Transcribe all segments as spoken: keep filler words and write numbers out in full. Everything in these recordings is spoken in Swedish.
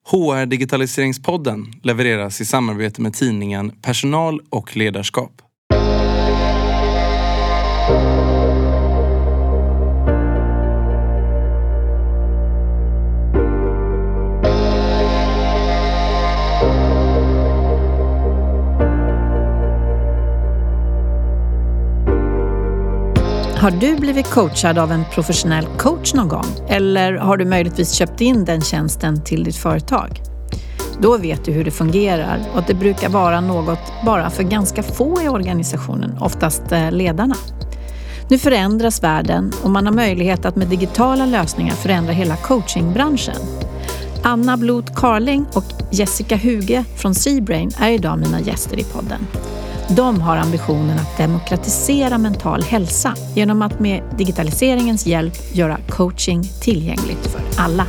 H R-digitaliseringspodden levereras i samarbete med tidningen Personal och ledarskap. Har du blivit coachad av en professionell coach någon gång? Eller har du möjligtvis köpt in den tjänsten till ditt företag? Då vet du hur det fungerar och att det brukar vara något bara för ganska få i organisationen, oftast ledarna. Nu förändras världen och man har möjlighet att med digitala lösningar förändra hela coachingbranschen. Anna Blot Carling och Jessica Huge från C-Brain är idag mina gäster i podden. De har ambitionen att demokratisera mental hälsa genom att med digitaliseringens hjälp göra coaching tillgängligt för alla.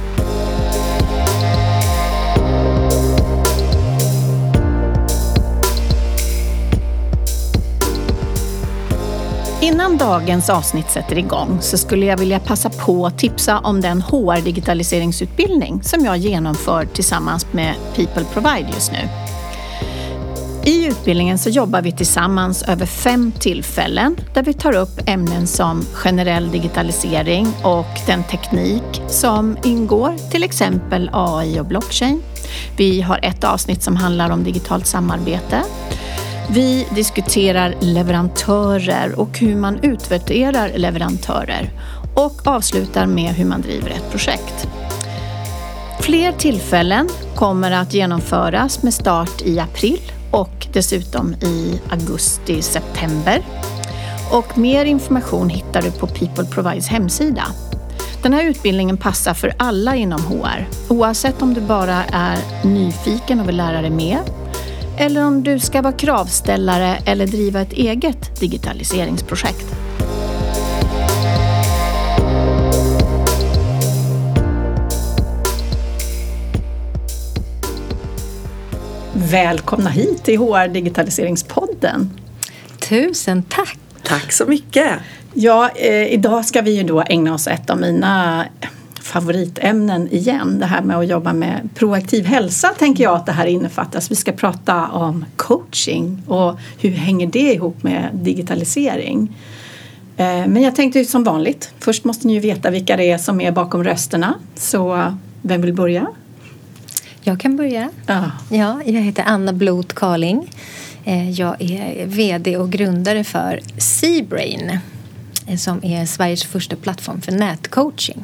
Innan dagens avsnitt sätter igång så skulle jag vilja passa på att tipsa om den H R-digitaliseringsutbildning som jag genomför tillsammans med People Provide just nu. I utbildningen så jobbar vi tillsammans över fem tillfällen där vi tar upp ämnen som generell digitalisering och den teknik som ingår, till exempel A I och blockchain. Vi har ett avsnitt som handlar om digitalt samarbete. Vi diskuterar leverantörer och hur man utvärderar leverantörer och avslutar med hur man driver ett projekt. Fler tillfällen kommer att genomföras med start i april och dessutom i augusti-september. Och mer information hittar du på People Provides hemsida. Den här utbildningen passar för alla inom H R, oavsett om du bara är nyfiken och vill lära dig mer, eller om du ska vara kravställare eller driva ett eget digitaliseringsprojekt. Välkomna hit till H R-digitaliseringspodden. Tusen tack. Tack så mycket. Ja, eh, idag ska vi ju då ägna oss ett av mina favoritämnen igen. Det här med att jobba med proaktiv hälsa tänker jag att det här innefattas. Vi ska prata om coaching och hur hänger det ihop med digitalisering. Eh, men jag tänkte som vanligt. Först måste ni ju veta vilka det är som är bakom rösterna. Så vem vill börja? Jag kan börja. Ah. Ja, jag heter Anna Blot Carling. Jag är vd och grundare för C-Brain som är Sveriges första plattform för nätcoaching.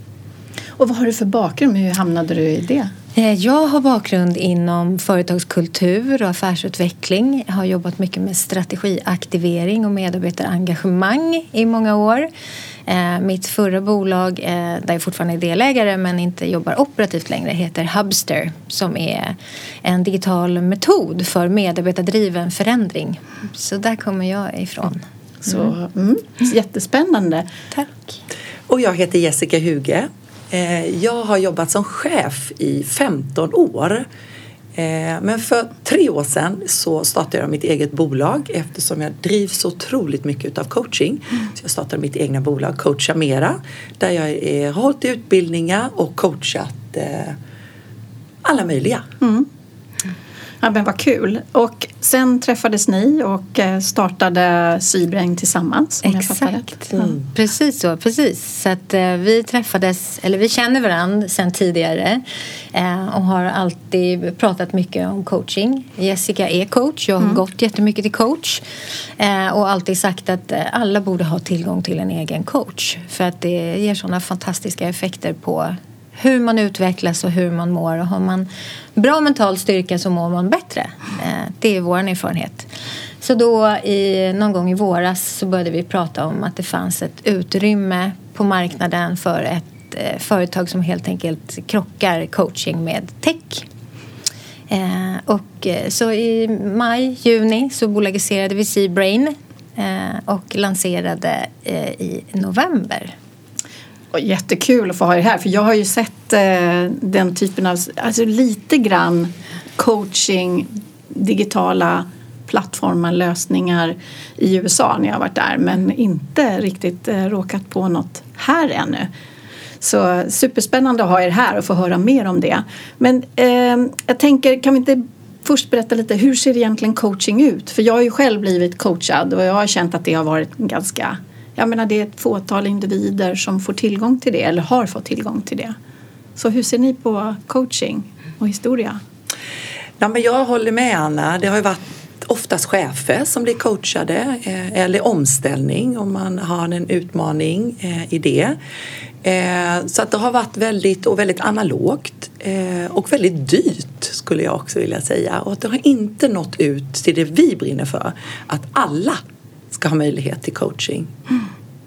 Och vad har du för bakgrund? Hur hamnade du i det? Jag har bakgrund inom företagskultur och affärsutveckling. Jag har jobbat mycket med strategiaktivering och medarbetarengagemang i många år. Mitt förra bolag, där jag fortfarande är delägare men inte jobbar operativt längre, heter Hubster, som är en digital metod för medarbetardriven förändring. Så där kommer jag ifrån. Så, mm, jättespännande. Tack. Och jag heter Jessica Huge. Jag har jobbat som chef i femton år. Men för tre år sedan så startade jag mitt eget bolag eftersom jag drivs så otroligt mycket av coaching. Mm. Så jag startade mitt egna bolag Coacha Mera, där jag har hållit utbildningar och coachat eh, alla möjliga. Mm. Ja, men vad kul. Och sen träffades ni och startade C-Brain tillsammans. Exakt. Mm. Precis så, precis. Så att eh, vi träffades, eller vi känner varandra sedan tidigare eh, och har alltid pratat mycket om coaching. Jessica är coach, jag har mm. gått jättemycket till coach eh, och alltid sagt att alla borde ha tillgång till en egen coach för att det ger sådana fantastiska effekter på hur man utvecklas och hur man mår. Och har man bra mental styrka så mår man bättre. Det är vår erfarenhet. Så då i, någon gång i våras så började vi prata om att det fanns ett utrymme på marknaden för ett eh, företag som helt enkelt krockar coaching med tech. Eh, och så i maj, juni så bolagiserade vi C-Brain eh, och lanserade eh, i november. Och jättekul att få ha det här, för jag har ju sett eh, den typen av, alltså lite grann coaching, digitala plattformar, lösningar i U S A när jag har varit där, men inte riktigt eh, råkat på något här ännu. Så superspännande att ha er här och få höra mer om det. Men eh, jag tänker, kan vi inte först berätta lite, hur ser egentligen coaching ut? För jag har ju själv blivit coachad och jag har känt att det har varit ganska, jag menar det är ett fåtal individer som får tillgång till det eller har fått tillgång till det. Så hur ser ni på coaching och historia? Ja, men jag håller med Anna, det har ju varit oftast chefer som blir coachade eh, eller omställning om man har en utmaning eh, i det. Eh, så att det har varit väldigt och väldigt analogt eh, och väldigt dyrt skulle jag också vilja säga. Och att det har inte nått ut till det vi brinner för, att alla ska ha möjlighet till coaching. Mm.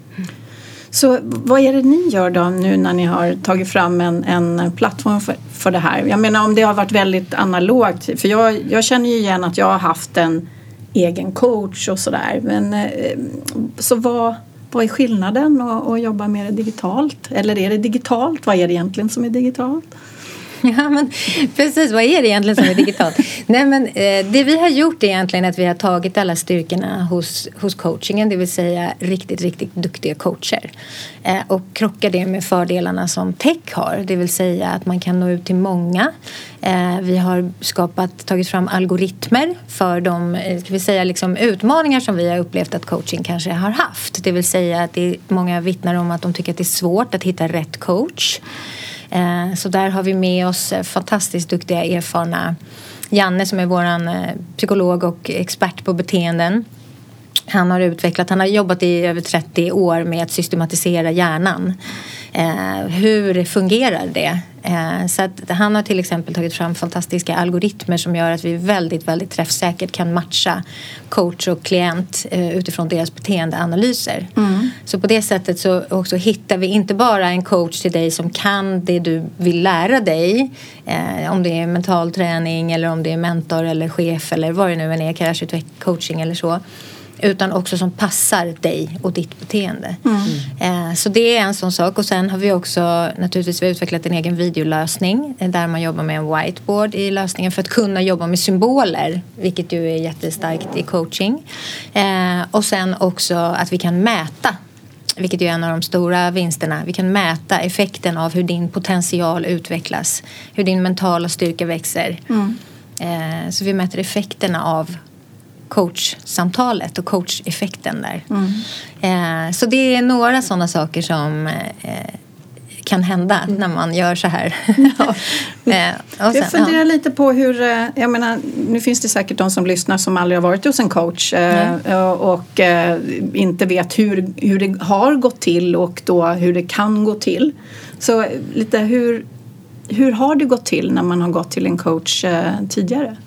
Så vad är det ni gör då nu när ni har tagit fram en, en plattform för, för det här? Jag menar om det har varit väldigt analogt. För jag, jag känner ju igen att jag har haft en egen coach och sådär. Men så vad, vad är skillnaden att, att jobba mer digitalt? Eller är det digitalt? Vad är det egentligen som är digitalt? Ja, men precis. Vad är det egentligen som är digitalt? Nej, men eh, det vi har gjort är egentligen att vi har tagit alla styrkorna hos, hos coachingen, det vill säga riktigt, riktigt duktiga coacher. Eh, och krockar det med fördelarna som tech har, det vill säga att man kan nå ut till många. Eh, vi har skapat, tagit fram algoritmer för de ska vi säga, liksom, utmaningar som vi har upplevt att coaching kanske har haft. Det vill säga att det är, många vittnar om att de tycker att det är svårt att hitta rätt coach. Så där har vi med oss fantastiskt duktiga, erfarna Janne som är våran psykolog och expert på beteenden. Han har utvecklat, han har jobbat i över trettio år med att systematisera hjärnan. Eh, hur fungerar det? Eh, så att han har till exempel tagit fram fantastiska algoritmer som gör att vi väldigt, väldigt träffsäkert kan matcha coach och klient eh, utifrån deras beteendeanalyser. Mm. Så på det sättet så också hittar vi inte bara en coach till dig som kan det du vill lära dig. Eh, om det är mental träning eller om det är mentor eller chef eller vad det nu än är, karriärutveckling, coaching eller så. Utan också som passar dig och ditt beteende. Mm. Eh, så det är en sån sak. Och sen har vi också naturligtvis vi utvecklat en egen videolösning. Eh, där man jobbar med en whiteboard i lösningen. För att kunna jobba med symboler. Vilket ju är jättestarkt i coaching. Eh, och sen också att vi kan mäta. Vilket är en av de stora vinsterna. Vi kan mäta effekten av hur din potential utvecklas. Hur din mentala styrka växer. Mm. Eh, så vi mäter effekterna av coachsamtalet och coacheffekten där. Mm. Eh, så det är några sådana saker som eh, kan hända mm. när man gör så här. Ja. eh, och sen, jag funderar ja. lite på hur, jag menar, nu finns det säkert de som lyssnar som aldrig har varit hos en coach eh, mm. och eh, inte vet hur, hur det har gått till och då hur det kan gå till. Så lite hur, hur har det gått till när man har gått till en coach eh, tidigare?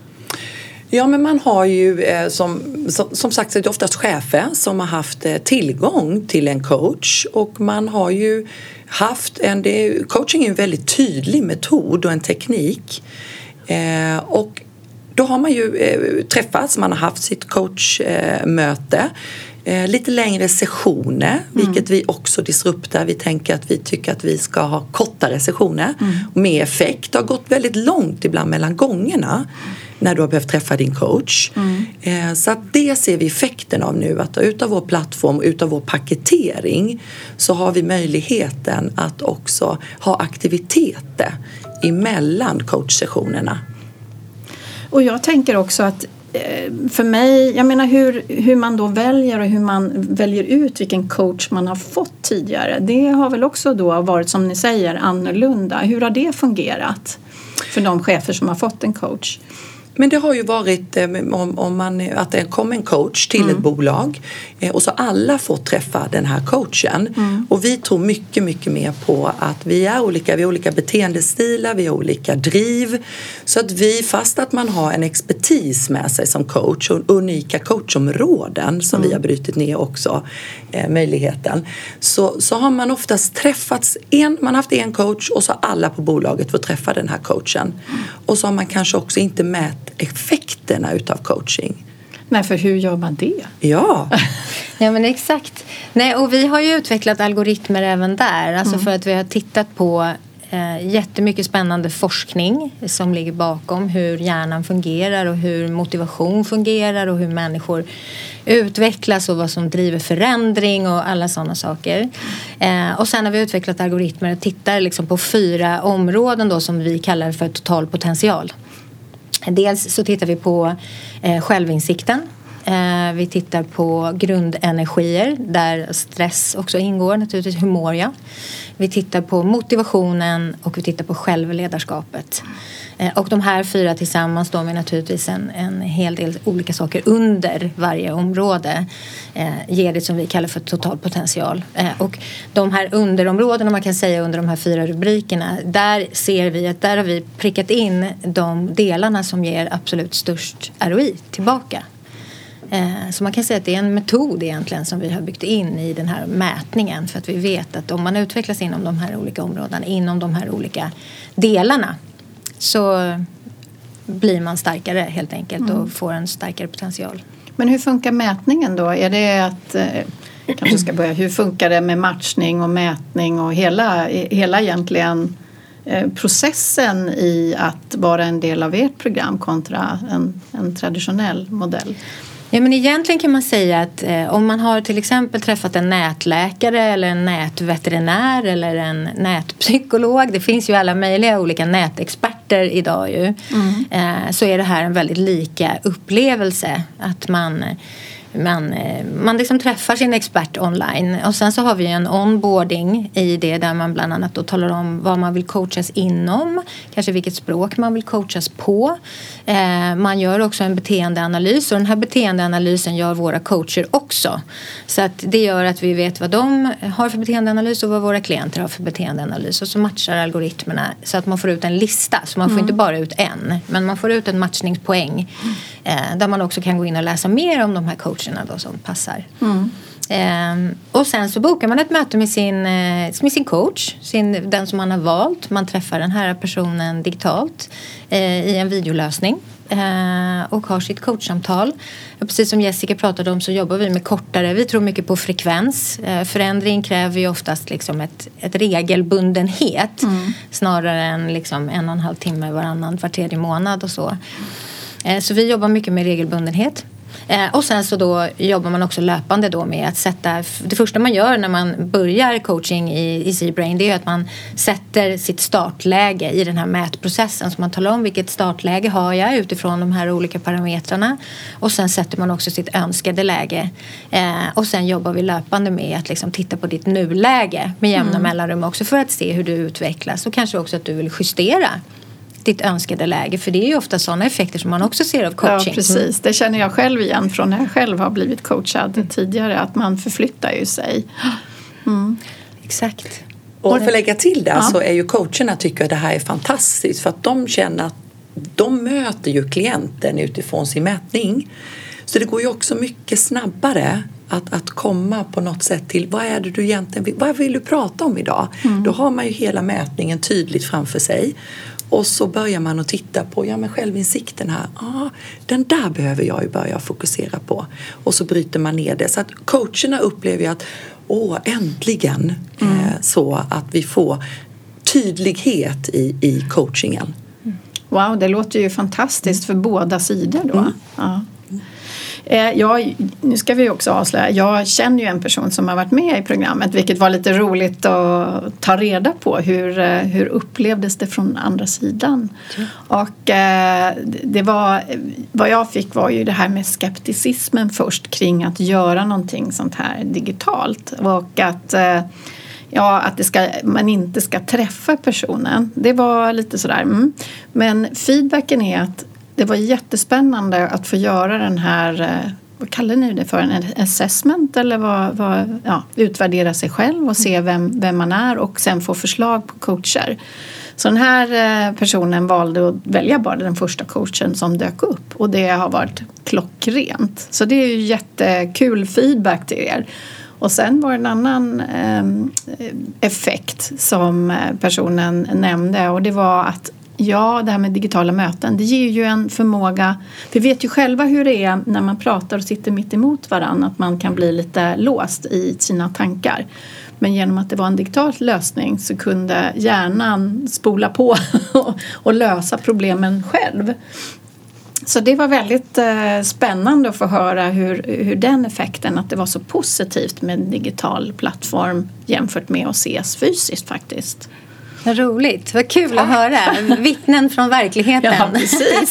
Ja, men man har ju eh, som, som, som sagt så är det oftast chefer som har haft eh, tillgång till en coach och man har ju haft en, det, coaching är en väldigt tydlig metod och en teknik eh, och då har man ju eh, träffats, man har haft sitt coachmöte eh, eh, lite längre sessioner, mm. vilket vi också disruptar. Vi tänker att vi tycker att vi ska ha kortare sessioner mm. med effekt. Det har gått väldigt långt ibland mellan gångerna när du har behövt träffa din coach. Mm. Eh, så att det ser vi effekten av nu. Att utav vår plattform, utav vår paketering så har vi möjligheten att också ha aktiviteter emellan coachsessionerna. Och jag tänker också att för mig, jag menar hur, hur man då väljer och hur man väljer ut vilken coach man har fått tidigare. Det har väl också då varit, som ni säger, annorlunda. Hur har det fungerat för de chefer som har fått en coach? Men det har ju varit om, om man, att det kom en coach till mm. ett bolag och så alla får träffa den här coachen. Mm. Och vi tror mycket, mycket mer på att vi är olika, vi har olika beteendestilar, vi har olika driv. Så att vi, fast att man har en expertis med sig som coach och unika coachområden som mm. vi har brutit ner också eh, möjligheten. Så, så har man oftast träffats, en, man har haft en coach och så har alla på bolaget fått träffa den här coachen. Mm. Och så har man kanske också inte mätt effekterna utav coaching. Nej, för hur gör man det? Ja. Ja, men exakt. Nej, och vi har ju utvecklat algoritmer även där. Alltså mm. för att vi har tittat på Eh, jättemycket spännande forskning som ligger bakom hur hjärnan fungerar och hur motivation fungerar och hur människor utvecklas och vad som driver förändring och alla sådana saker. Eh, och sen har vi utvecklat algoritmer och tittar liksom på fyra områden då som vi kallar för total potential. Dels så tittar vi på eh, självinsikten. Eh, vi tittar på grundenergier där stress också ingår, naturligtvis hur mår jag. Vi tittar på motivationen och vi tittar på självledarskapet. Eh, och de här fyra tillsammans då med naturligtvis en, en hel del olika saker under varje område eh, ger det som vi kallar för total potential. Eh, och de här underområdena, man kan säga under de här fyra rubrikerna, där ser vi att där har vi prickat in de delarna som ger absolut störst R O I tillbaka. Så man kan säga att det är en metod egentligen som vi har byggt in i den här mätningen, för att vi vet att om man utvecklas inom de här olika områdena, inom de här olika delarna, så blir man starkare helt enkelt mm. och får en starkare potential. Men hur funkar mätningen då? Är det att, kanske ska börja, hur funkar det med matchning och mätning och hela, hela egentligen processen i att vara en del av ert program kontra en, en traditionell modell? Ja, men egentligen kan man säga att eh, om man har till exempel träffat en nätläkare eller en nätveterinär eller en nätpsykolog, det finns ju alla möjliga olika nätexperter idag ju, mm. eh, så är det här en väldigt lika upplevelse att man Man, man liksom träffar sin expert online och sen så har vi en onboarding i det där man bland annat då talar om vad man vill coachas inom, kanske vilket språk man vill coachas på. Eh, man gör också en beteendeanalys och den här beteendeanalysen gör våra coacher också. Så att det gör att vi vet vad de har för beteendeanalys och vad våra klienter har för beteendeanalys och så matchar algoritmerna så att man får ut en lista. Så man får mm. inte bara ut en, men man får ut en matchningspoäng eh, där man också kan gå in och läsa mer om de här coacherna då som passar. Mm. Ehm, och sen så bokar man ett möte med sin, med sin coach, sin, den som man har valt. Man träffar den här personen digitalt eh, i en videolösning eh, och har sitt coachsamtal. Och precis som Jessica pratade om så jobbar vi med kortare. Vi tror mycket på frekvens. Eh, förändring kräver ju oftast liksom ett, ett regelbundenhet mm. snarare än liksom en och en halv timme varannan, var tredje månad och så. Eh, så vi jobbar mycket med regelbundenhet. Eh, och sen så då jobbar man också löpande då med att sätta, det första man gör när man börjar coaching i, i Z-Brain, det är att man sätter sitt startläge i den här mätprocessen. Så man talar om vilket startläge har jag utifrån de här olika parametrarna och sen sätter man också sitt önskade läge. Eh, och sen jobbar vi löpande med att liksom titta på ditt nuläge med jämna mm. mellanrum också för att se hur du utvecklas och kanske också att du vill justera ditt önskade läge. För det är ju ofta sådana effekter som man också ser av coaching. Ja, precis. Det känner jag själv igen från när jag själv har blivit coachad mm. tidigare. Att man förflyttar ju sig. Mm. Exakt. Och för att lägga till det ja. så är ju coacherna tycker att det här är fantastiskt. För att de känner att de möter ju klienten utifrån sin mätning. Så det går ju också mycket snabbare att, att komma på något sätt till vad är det du egentligen vill, vad vill du prata om idag? Mm. Då har man ju hela mätningen tydligt framför sig. Och så börjar man att titta på ja, men självinsikten här. Ah, den där behöver jag ju börja fokusera på. Och så bryter man ner det. Så att coacherna upplever ju att åh, äntligen mm. eh, så att vi får tydlighet i, i coachingen. Wow, det låter ju fantastiskt mm. för båda sidor då. Mm. Ja. Ja, nu ska vi också avslöja. Jag känner ju en person som har varit med i programmet, vilket var lite roligt att ta reda på. Hur, hur upplevdes det från andra sidan? Ja. Och det var, vad jag fick var ju det här med skepticismen först kring att göra någonting sånt här digitalt. Och att, ja, att det ska, man inte ska träffa personen. Det var lite sådär. Mm. Men feedbacken är att det var jättespännande att få göra den här, vad kallar ni det för, en assessment eller vad, vad, ja, utvärdera sig själv och se vem, vem man är och sen få förslag på coacher. Så den här personen valde att välja bara den första coachen som dök upp och det har varit klockrent. Så det är ju jättekul feedback till er. Och sen var det en annan eh, effekt som personen nämnde och det var att ja, det här med digitala möten, det ger ju en förmåga. Vi vet ju själva hur det är när man pratar och sitter mitt emot varann, att man kan bli lite låst i sina tankar. Men genom att det var en digital lösning så kunde hjärnan spola på och lösa problemen själv. Så det var väldigt eh, spännande att få höra hur, hur den effekten, att det var så positivt med en digital plattform jämfört med att ses fysiskt faktiskt. Vad roligt, vad kul att höra. Vittnen från verkligheten. Ja, precis.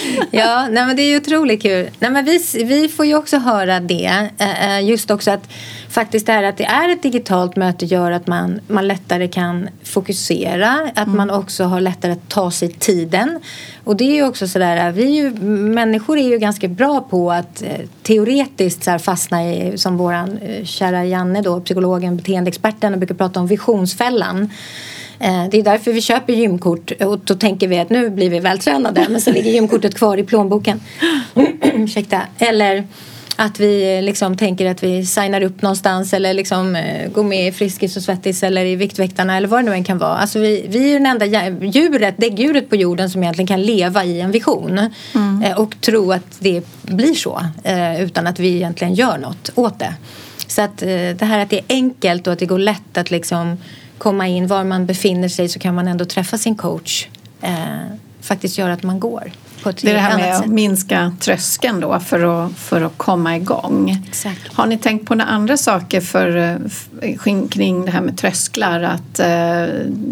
Ja, nej, men det är ju otroligt kul. Nej, men vi, vi får ju också höra det. Just också att faktiskt det här att det är ett digitalt möte gör att man, man lättare kan fokusera. Att mm. man också har lättare att ta sig tiden. Och det är ju också sådär, vi är ju, människor är ju ganska bra på att eh, teoretiskt så här, fastna i, som våran eh, kära Janne då, psykologen, beteendeexperten, brukar prata om visionsfällan. Det är därför vi köper gymkort och då tänker vi att nu blir vi vältränade, men så ligger gymkortet kvar i plånboken. Ursäkta. Eller att vi liksom tänker att vi signar upp någonstans eller liksom eh, går med i Friskis och Svettis eller i Viktväktarna eller vad det nu än kan vara. Alltså vi, vi är ju den enda djuret, det djuret på jorden som egentligen kan leva i en vision mm. eh, och tro att det blir så eh, utan att vi egentligen gör något åt det. Så att eh, det här att det är enkelt och att det går lätt att liksom komma in var man befinner sig, så kan man ändå träffa sin coach. Eh, faktiskt göra att man går på ett det är det här med sätt. Att minska tröskeln då för att, för att komma igång. Exakt. Har ni tänkt på några andra saker för, för, kring det här med trösklar? Att eh,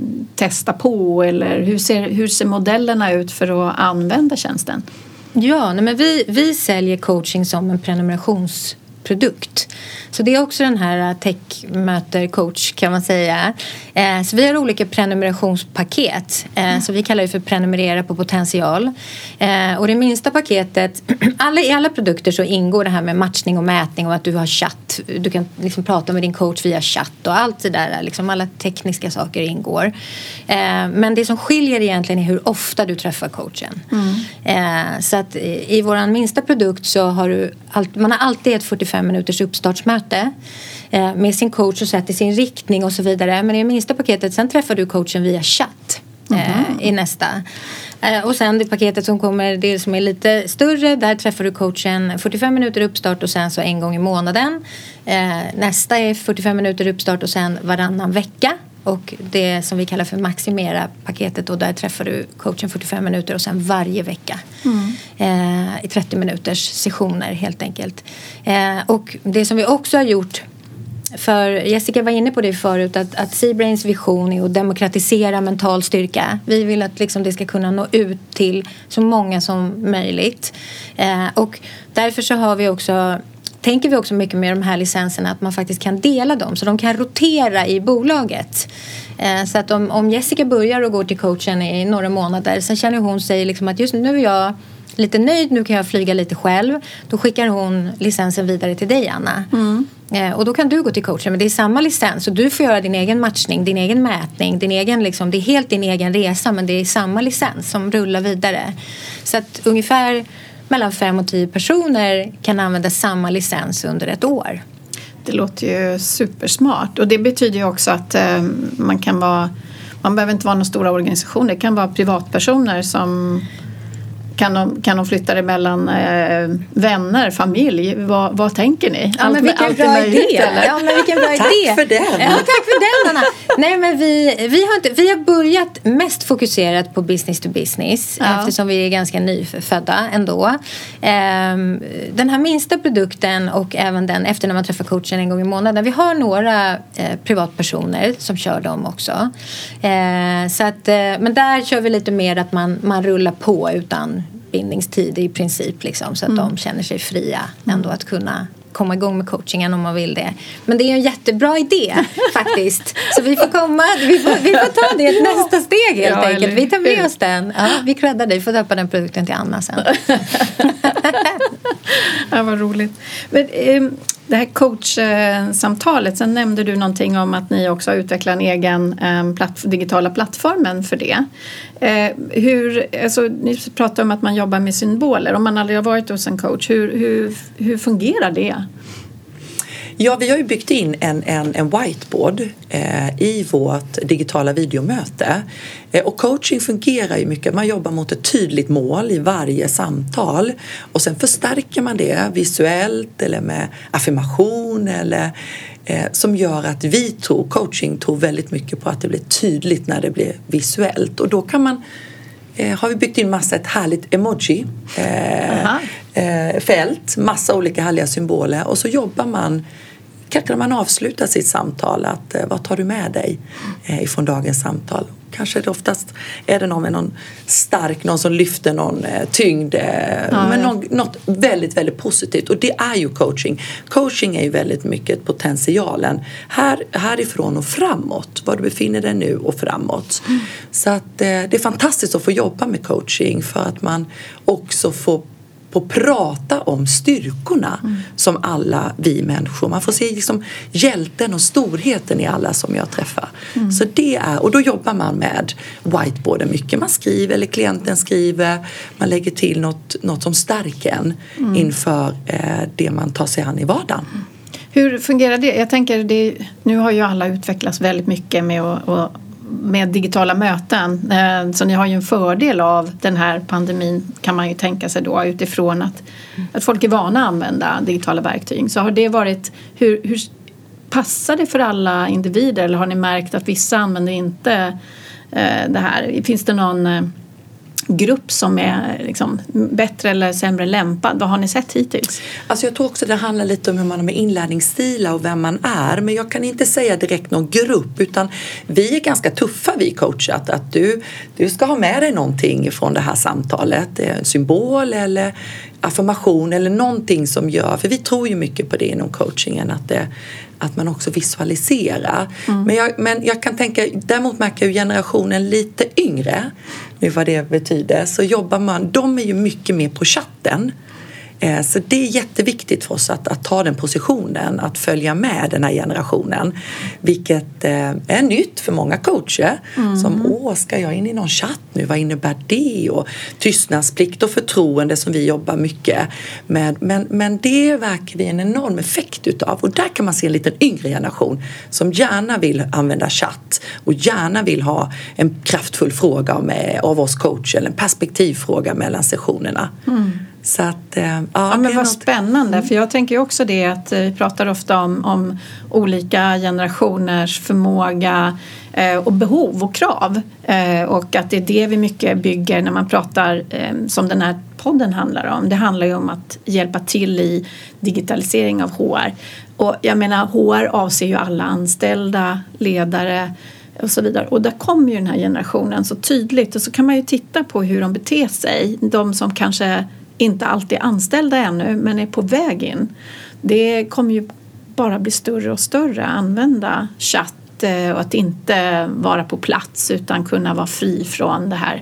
testa på, eller hur ser, hur ser modellerna ut för att använda tjänsten? Ja, nej, men vi, vi säljer coaching som en prenumerationsprodukt. Så det är också den här tech-möter-coach kan man säga. Eh, så vi har olika prenumerationspaket. Eh, mm. Så vi kallar det för prenumerera på potential. Eh, och det minsta paketet, alla, i alla produkter så ingår det här med matchning och mätning och att du har chatt. Du kan liksom prata med din coach via chatt och allt det där. Liksom alla tekniska saker ingår. Eh, men det som skiljer egentligen är hur ofta du träffar coachen. Mm. Eh, så att i, i våran minsta produkt så har du allt, man har alltid ett fyrtiofem minuters uppstartsmöte med sin coach och sätter sin riktning och så vidare. Men i det minsta paketet sen träffar du coachen via chatt mm. eh, i nästa. Eh, och sen det paketet som kommer, det som är lite större, där träffar du coachen fyrtiofem minuter uppstart och sen så en gång i månaden. Eh, nästa är fyrtiofem minuter uppstart och sen varannan vecka. Och det som vi kallar för maximera-paketet, och där träffar du coachen fyrtiofem minuter och sen varje vecka. Mm. Eh, i trettio minuters sessioner helt enkelt. Eh, och det som vi också har gjort, för Jessica var inne på det förut, att, att C-Brains vision är att demokratisera mental styrka. Vi vill att liksom det ska kunna nå ut till så många som möjligt. Eh, och därför så har vi också... tänker vi också mycket med de här licenserna att man faktiskt kan dela dem så de kan rotera i bolaget. Eh, så att om, om Jessica börjar och går till coachen i några månader, sen känner hon sig liksom att just nu är jag lite nöjd, nu kan jag flyga lite själv. Då skickar hon licensen vidare till dig, Anna. Mm. Eh, och då kan du gå till coachen, men det är samma licens och du får göra din egen matchning, din egen mätning, din egen liksom, det är helt din egen resa, men det är samma licens som rullar vidare. Så att ungefär mellan fem och tio personer kan använda samma licens under ett år. Det låter ju supersmart. Och det betyder ju också att eh, man kan vara... Man behöver inte vara någon stora organisation. Det kan vara privatpersoner som... Kan de, kan de flytta det mellan eh, vänner, familj? Vad, vad tänker ni? Ja, men vilken bra möjligt, idé. Ja, men vilken bra tack idé. för den. Ja, tack för den, Anna. Nej, men vi, vi, har inte, vi har börjat mest fokuserat på business to business. Ja. Eftersom vi är ganska nyfödda ändå. Ehm, den här minsta produkten och även den efter när man träffar coachen en gång i månaden. Vi har några eh, privatpersoner som kör dem också. Ehm, så att, eh, men där kör vi lite mer att man, man rullar på utan bindningstid i princip liksom, så att mm. de känner sig fria ändå att kunna komma igång med coachingen om man vill det. Men det är en jättebra idé faktiskt. Så vi får komma, vi får, vi får ta det ett nästa steg helt ja, enkelt. Vi tar med oss den. Ja, vi creddar dig, får döpa den produkten till Anna sen. Ja, vad roligt. Men, eh, det här coachsamtalet, sen nämnde du någonting om att ni också har utvecklat en egen eh, platt, digitala plattformen för det. Eh, hur, alltså, ni pratar om att man jobbar med symboler. Om man aldrig har varit hos en coach, hur, hur, hur fungerar det? Ja, vi har ju byggt in en, en, en whiteboard eh, i vårt digitala videomöte. Eh, och coaching fungerar ju mycket. Man jobbar mot ett tydligt mål i varje samtal. Och sen förstärker man det visuellt eller med affirmation eller eh, som gör att vi tror, coaching tror väldigt mycket på att det blir tydligt när det blir visuellt. Och då kan man, eh, har vi byggt in massa ett härligt emoji eh, eh, fält, massa olika härliga symboler och så jobbar man. Kanske när man avslutar sitt samtal att eh, vad tar du med dig eh, ifrån dagens samtal? Kanske det oftast är det någon med någon stark, någon som lyfter någon eh, tyngd. Eh, ja, men någon, något väldigt, väldigt positivt. Och det är ju coaching. Coaching är ju väldigt mycket potentialen. Här, härifrån och framåt. Var du befinner dig nu och framåt. Mm. Så att eh, det är fantastiskt att få jobba med coaching för att man också får på prata om styrkorna mm. som alla vi människor. Man får se liksom hjälten och storheten i alla som jag träffar. Mm. Så det är, och då jobbar man med whiteboarden mycket. Man skriver eller klienten skriver. Man lägger till något, något som stärker en mm. inför eh, det man tar sig an i vardagen. Mm. Hur fungerar det? Jag tänker, det, nu har ju alla utvecklats väldigt mycket med att och med digitala möten. Så ni har ju en fördel av den här pandemin kan man ju tänka sig då utifrån att, att folk är vana att använda digitala verktyg. Så har det varit, hur, hur passar det för alla individer eller har ni märkt att vissa använder inte det här? Finns det någon grupp som är liksom bättre eller sämre lämpad? Vad har ni sett hittills? Alltså jag tror också det handlar lite om hur man har med inlärningsstilar och vem man är. Men jag kan inte säga direkt någon grupp utan vi är ganska tuffa vi coachat. Att du, du ska ha med dig någonting från det här samtalet. En symbol eller affirmation eller någonting som gör. För vi tror ju mycket på det inom coachingen att det att man också visualiserar. Mm. Men, jag, men jag kan tänka, däremot märker ju generationen lite yngre, nu vad det betyder, så jobbar man, de är ju mycket mer på chatten. Eh, så det är jätteviktigt för oss att, att ta den positionen, att följa med den här generationen. Vilket eh, är nytt för många coacher. Mm. Som, åh, ska jag in i någon chatt nu? Vad innebär det? Och tystnadsplikt och förtroende som vi jobbar mycket med. Men, men det verkar vi en enorm effekt utav. Och där kan man se en liten yngre generation som gärna vill använda chatt. Och gärna vill ha en kraftfull fråga med, av oss coacher. Eller en perspektivfråga mellan sessionerna. Mm. Så att, ja, ja, men vad något spännande, för jag tänker också det att vi pratar ofta om, om olika generationers förmåga eh, och behov och krav eh, och att det är det vi mycket bygger när man pratar eh, som den här podden handlar om. Det handlar ju om att hjälpa till i digitalisering av H R och jag menar H R avser ju alla anställda, ledare och så vidare. Och där kommer ju den här generationen så tydligt och så kan man ju titta på hur de beter sig, de som kanske inte alltid är anställda ännu men är på väg in. Det kommer ju bara bli större och större. Använda chatt och att inte vara på plats utan kunna vara fri från det här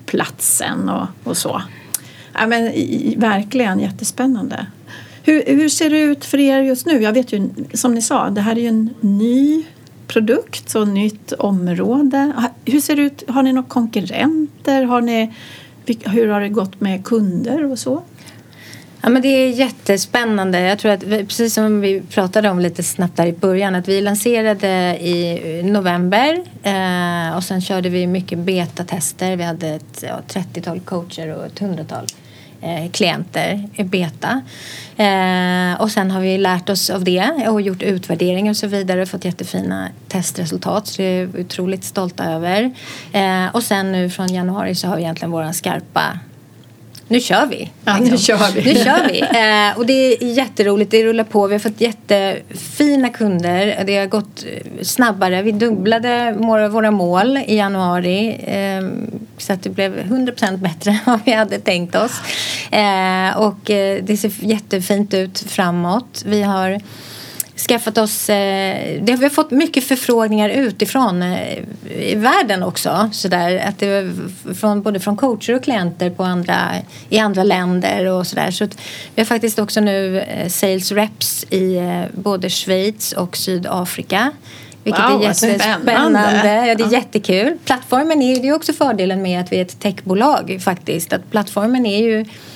platsen och, och så. Ja, men i, verkligen jättespännande. Hur, hur ser det ut för er just nu? Jag vet ju, som ni sa, det här är ju en ny produkt och nytt område. Hur ser det ut? Har ni några konkurrenter? Har ni... Hur har det gått med kunder och så? Ja, men det är jättespännande. Jag tror att vi, precis som vi pratade om lite snabbt där i början, att vi lanserade i november eh, och sen körde vi mycket betatester. Vi hade ett ja, trettiotal coacher och ett hundratal eh, klienter i beta. Eh, och sen har vi lärt oss av det och gjort utvärderingar och så vidare och fått jättefina testresultat. Så det är vi otroligt stolta över. Eh, och sen nu från januari så har vi egentligen våran skarpa... Nu kör vi. Ja, nu kör vi. Nu kör vi. Eh, och det är jätteroligt. Det rullar på. Vi har fått jättefina kunder. Det har gått snabbare. Vi dubblade våra mål i januari. Eh, så att det blev hundra procent bättre än vad vi hade tänkt oss. Eh, och eh, det ser jättefint ut framåt. Vi har skaffat oss, eh, det har vi fått mycket förfrågningar utifrån eh, i världen också, så där att det är från både från coacher och klienter på andra i andra länder och så där, så att vi har faktiskt också nu eh, sales reps i eh, både Schweiz och Sydafrika. Vilket wow, är jättespännande. Ja, det är ja. jättekul. Plattformen är, det är också fördelen med att vi är ett techbolag faktiskt, att plattformen är ju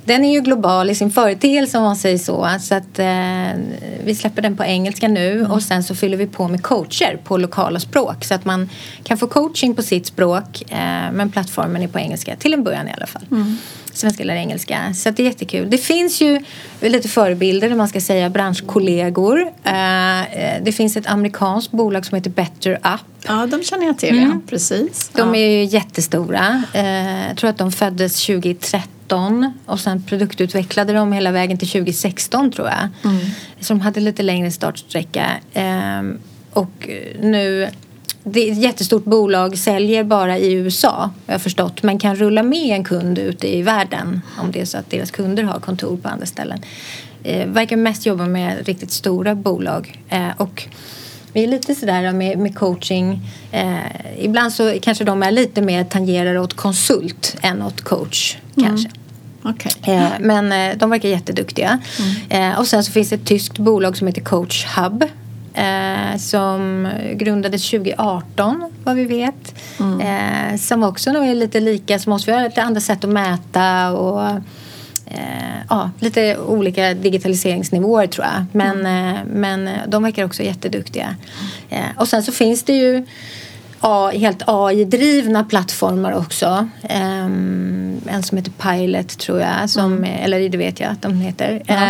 den är ju global i sin företeelse om man säger så. Så att eh, vi släpper den på engelska nu mm. och sen så fyller vi på med coacher på lokala språk. Så att man kan få coaching på sitt språk eh, men plattformen är på engelska till en början i alla fall. Mm. Svenska eller engelska. Så att det är jättekul. Det finns ju lite förebilder, man ska säga branschkollegor. Eh, det finns ett amerikanskt bolag som heter Better Up. Ja, de känner jag till, mm. ja, precis. De ja. är ju jättestora. Eh, jag tror att de föddes tjugohundratretton och sen produktutvecklade de hela vägen till tjugohundrasexton tror jag. Mm. Så de hade lite längre startsträcka. Eh, och nu... Det är ett jättestort bolag, säljer bara i U S A, jag har förstått. Men kan rulla med en kund ute i världen om det är så att deras kunder har kontor på andra ställen. Eh, verkar mest jobba med riktigt stora bolag. Eh, och vi är lite sådär med, med coaching. Eh, ibland så kanske de är lite mer tangerade åt konsult än åt coach kanske. Mm. Okay. Eh, men eh, de verkar jätteduktiga. Mm. Eh, och sen så finns det ett tyskt bolag som heter Coach Hub. Eh, som grundades tjugoarton vad vi vet. Mm. Eh, som också nog är lite lika som oss. Vi har lite andra sätt att mäta och eh, ja, lite olika digitaliseringsnivåer tror jag. Men, mm. eh, men de verkar också jätteduktiga. Eh, och sen så finns det ju A, helt A I-drivna plattformar också. Um, en som heter Pilot tror jag. Som, mm. Eller det vet jag att de heter. Ja.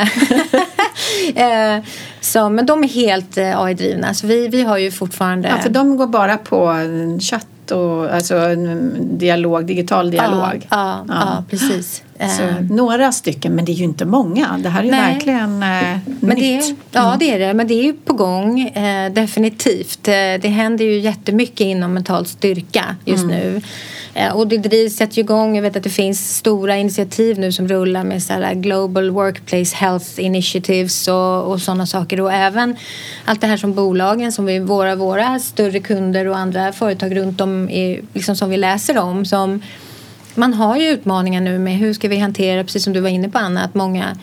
uh, så, men de är helt uh, A I-drivna. Så vi, vi har ju fortfarande... Ja, för de går bara på chatt och alltså dialog, digital dialog. Ja, ja, ja. ja precis. Så, några stycken, men det är ju inte många. Det här är ju Nej. verkligen eh, men nytt. Det är, ja, det är det. Men det är ju på gång, eh, definitivt. Eh, det händer ju jättemycket inom mental styrka just mm. nu. Eh, och det drivs, sätter ju igång. Jag vet att det finns stora initiativ nu som rullar med så här Global Workplace Health Initiatives och, och sådana saker. Och även allt det här som bolagen, som vi, våra, våra större kunder och andra företag runt om, är, liksom som vi läser om, som... Man har ju utmaningar nu med hur ska vi hantera, precis som du var inne på Anna, att många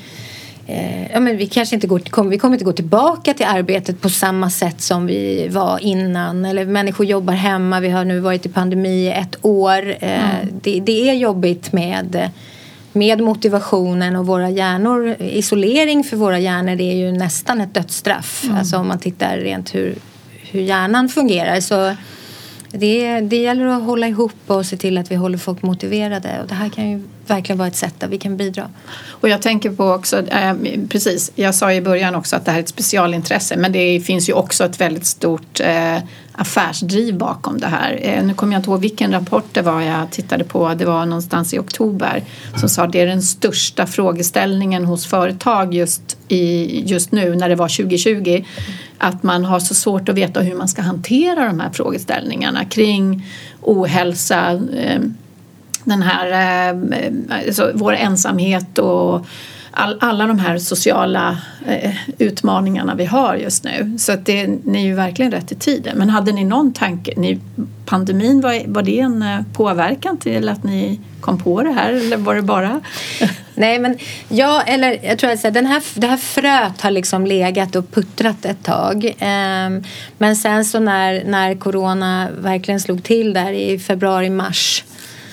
eh, ja, men vi kanske inte går, kom, vi kommer inte gå tillbaka till arbetet på samma sätt som vi var innan, eller människor jobbar hemma, vi har nu varit i pandemi i ett år. Eh, mm. det, det är jobbigt med, med motivationen och våra hjärnor. Isolering för våra hjärnor, det är ju nästan ett dödsstraff. Mm. Alltså om man tittar rent hur, hur hjärnan fungerar så... Det, det gäller att hålla ihop och se till att vi håller folk motiverade. Och det här kan ju verkligen vara ett sätt där vi kan bidra. Och jag tänker på också, eh, precis, jag sa i början också att det här är ett specialintresse. Men det finns ju också ett väldigt stort eh, affärsdriv bakom det här. Eh, nu kommer jag inte ihåg vilken rapport det var jag tittade på. Det var någonstans i oktober som sa att det är den största frågeställningen hos företag just, i, just nu när det var tjugo tjugo. Att man har så svårt att veta hur man ska hantera de här frågeställningarna kring ohälsa, eh, den här, eh, alltså vår ensamhet och all, alla de här sociala eh, utmaningarna vi har just nu. Så att det, ni är ju verkligen rätt i tiden. Men hade ni någon tanke, ni, pandemin, var, var det en påverkan till att ni kom på det här eller var det bara... Nej, men ja, eller jag tror att den här, det här fröet har liksom legat och puttrat ett tag. Um, men sen så när, när corona verkligen slog till där i februari, mars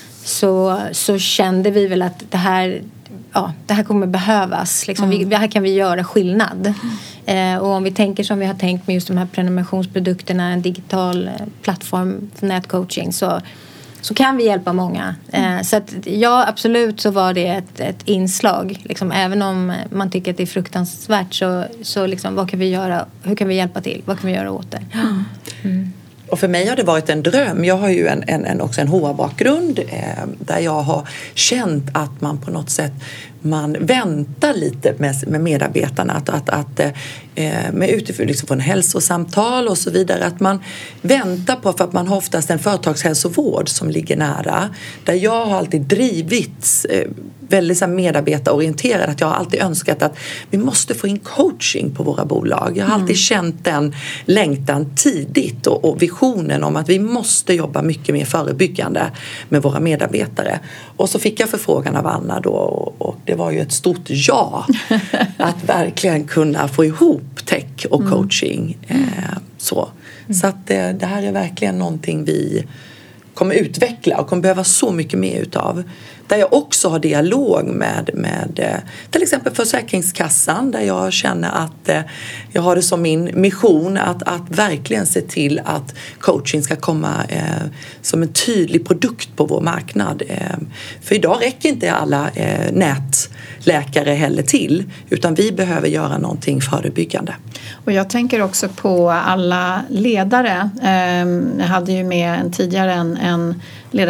så, så kände vi väl att det här, ja, det här kommer behövas. Liksom. Mm. Vi, här kan vi göra skillnad. Mm. Uh, och om vi tänker som vi har tänkt med just de här prenumerationsprodukterna, en digital plattform för nätcoaching, så så kan vi hjälpa många. Mm. Så att, ja, absolut så var det ett, ett inslag. Liksom, även om man tycker att det är fruktansvärt så, så liksom, vad kan vi göra? Hur kan vi hjälpa till? Vad kan vi göra åt det? Mm. Mm. Och för mig har det varit en dröm. Jag har ju en, en, en, också en H R-bakgrund eh, där jag har känt att man på något sätt man väntar lite med, med medarbetarna att, att, att eh, med utifrån liksom från hälsosamtal och så vidare, att man väntar på, för att man har oftast en företagshälsovård som ligger nära, där jag har alltid drivits eh, väldigt så här medarbetarorienterad, att jag har alltid önskat att vi måste få in coaching på våra bolag. Jag har mm. alltid känt den längtan tidigt och, och visionen om att vi måste jobba mycket mer förebyggande med våra medarbetare. Och så fick jag förfrågan av Anna då, och, och det var ju ett stort ja att verkligen kunna få ihop tech och coaching. Mm. Eh, så. Mm. så att det, det här är verkligen någonting vi kommer utveckla och kommer behöva så mycket mer utav. Där jag också har dialog med, med till exempel Försäkringskassan, där jag känner att eh, jag har det som min mission att, att verkligen se till att coaching ska komma eh, som en tydlig produkt på vår marknad. Eh, för idag räcker inte alla eh, nätläkare heller till, utan vi behöver göra någonting förebyggande. Och jag tänker också på alla ledare. Jag hade ju med en, tidigare en, en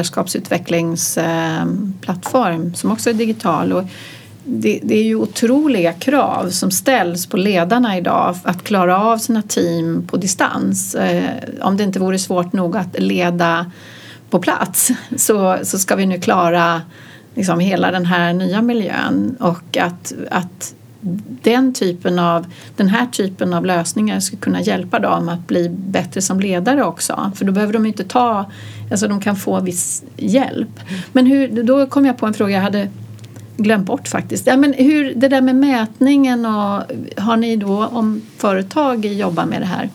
ledarskapsutvecklingsplattform som också är digital. Och det, det är ju otroliga krav som ställs på ledarna idag att klara av sina team på distans. Om det inte vore svårt nog att leda på plats så, så ska vi nu klara liksom hela den här nya miljön. Och att... att Den, typen av, den här typen av lösningar ska kunna hjälpa dem att bli bättre som ledare också. För då behöver de inte ta, alltså de kan få viss hjälp. Men hur, då kom jag på en fråga jag hade glömt bort faktiskt. Ja, men hur, det där med mätningen, och har ni då, om företag jobbar med det här,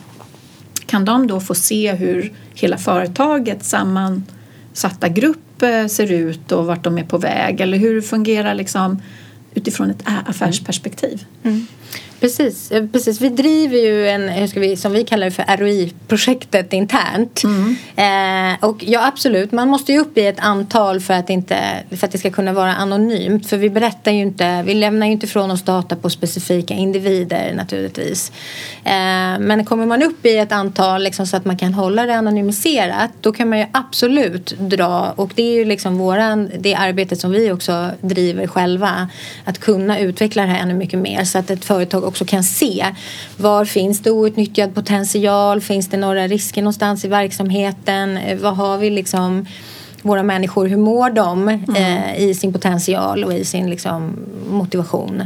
kan de då få se hur hela företagets sammansatta grupp ser ut och vart de är på väg? Eller hur fungerar liksom utifrån ett affärsperspektiv? Mm. Precis, precis. Vi driver ju en, hur ska vi, som vi kallar det för R O I-projektet internt. Mm. Eh, och ja, absolut, man måste ju upp i ett antal för att, inte, för att det ska kunna vara anonymt. För vi berättar ju inte, vi lämnar ju inte från oss data på specifika individer naturligtvis. Eh, men kommer man upp i ett antal liksom, så att man kan hålla det anonymiserat, då kan man ju absolut dra, och det är ju liksom våran, det arbetet som vi också driver själva, att kunna utveckla det här ännu mycket mer så att ett företag också kan se var finns det outnyttjad potential, finns det några risker någonstans i verksamheten, vad har vi liksom våra människor, hur mår de mm. eh, i sin potential och i sin liksom motivation.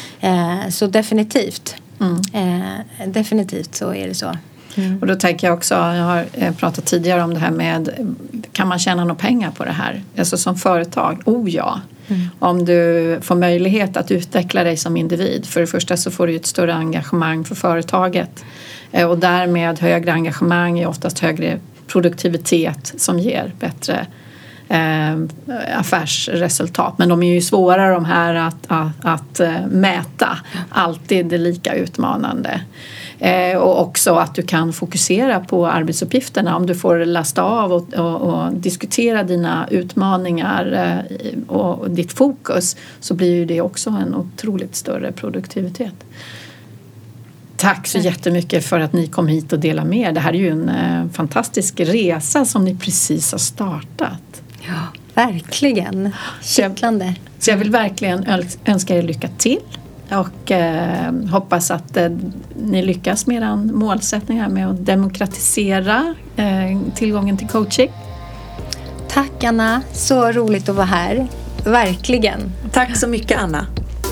Eh, så definitivt mm. eh, definitivt så är det så. Mm. Och då tänker jag också, jag har pratat tidigare om det här med, kan man tjäna några pengar på det här? Alltså som företag, oh ja. Mm. Om du får möjlighet att utveckla dig som individ. För det första så får du ett större engagemang för företaget. Och därmed högre engagemang är oftast högre produktivitet som ger bättre eh, affärsresultat. Men de är ju svårare de här att, att, att mäta. Alltid det lika utmanande. Eh, och också att du kan fokusera på arbetsuppgifterna. Om du får lasta av och, och, och diskutera dina utmaningar eh, och, och ditt fokus, så blir ju det också en otroligt större produktivitet. Tack så jättemycket för att ni kom hit och delade med er. Det här är ju en eh, fantastisk resa som ni precis har startat. Ja, verkligen. Kittlande. Så jag vill verkligen önska er lycka till. Och eh, hoppas att eh, ni lyckas med er målsättning här med att demokratisera eh, tillgången till coaching. Tack Anna, så roligt att vara här. Verkligen. Tack så mycket Anna.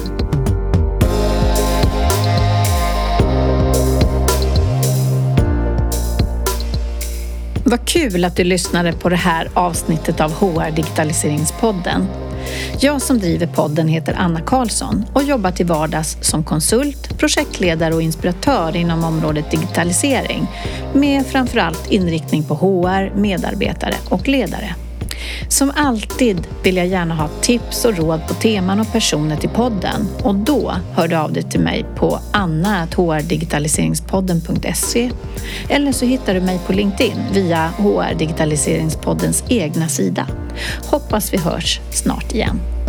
Vad kul att du lyssnade på det här avsnittet av H R-digitaliseringspodden. Jag som driver podden heter Anna Karlsson och jobbar till vardags som konsult, projektledare och inspiratör inom området digitalisering med framförallt inriktning på H R, medarbetare och ledare. Som alltid vill jag gärna ha tips och råd på teman och personer till podden, och då hör du av dig till mig på anna at h r digitaliseringspodden punkt se eller så hittar du mig på LinkedIn via H R-digitaliseringspoddens egna sida. Hoppas vi hörs snart igen.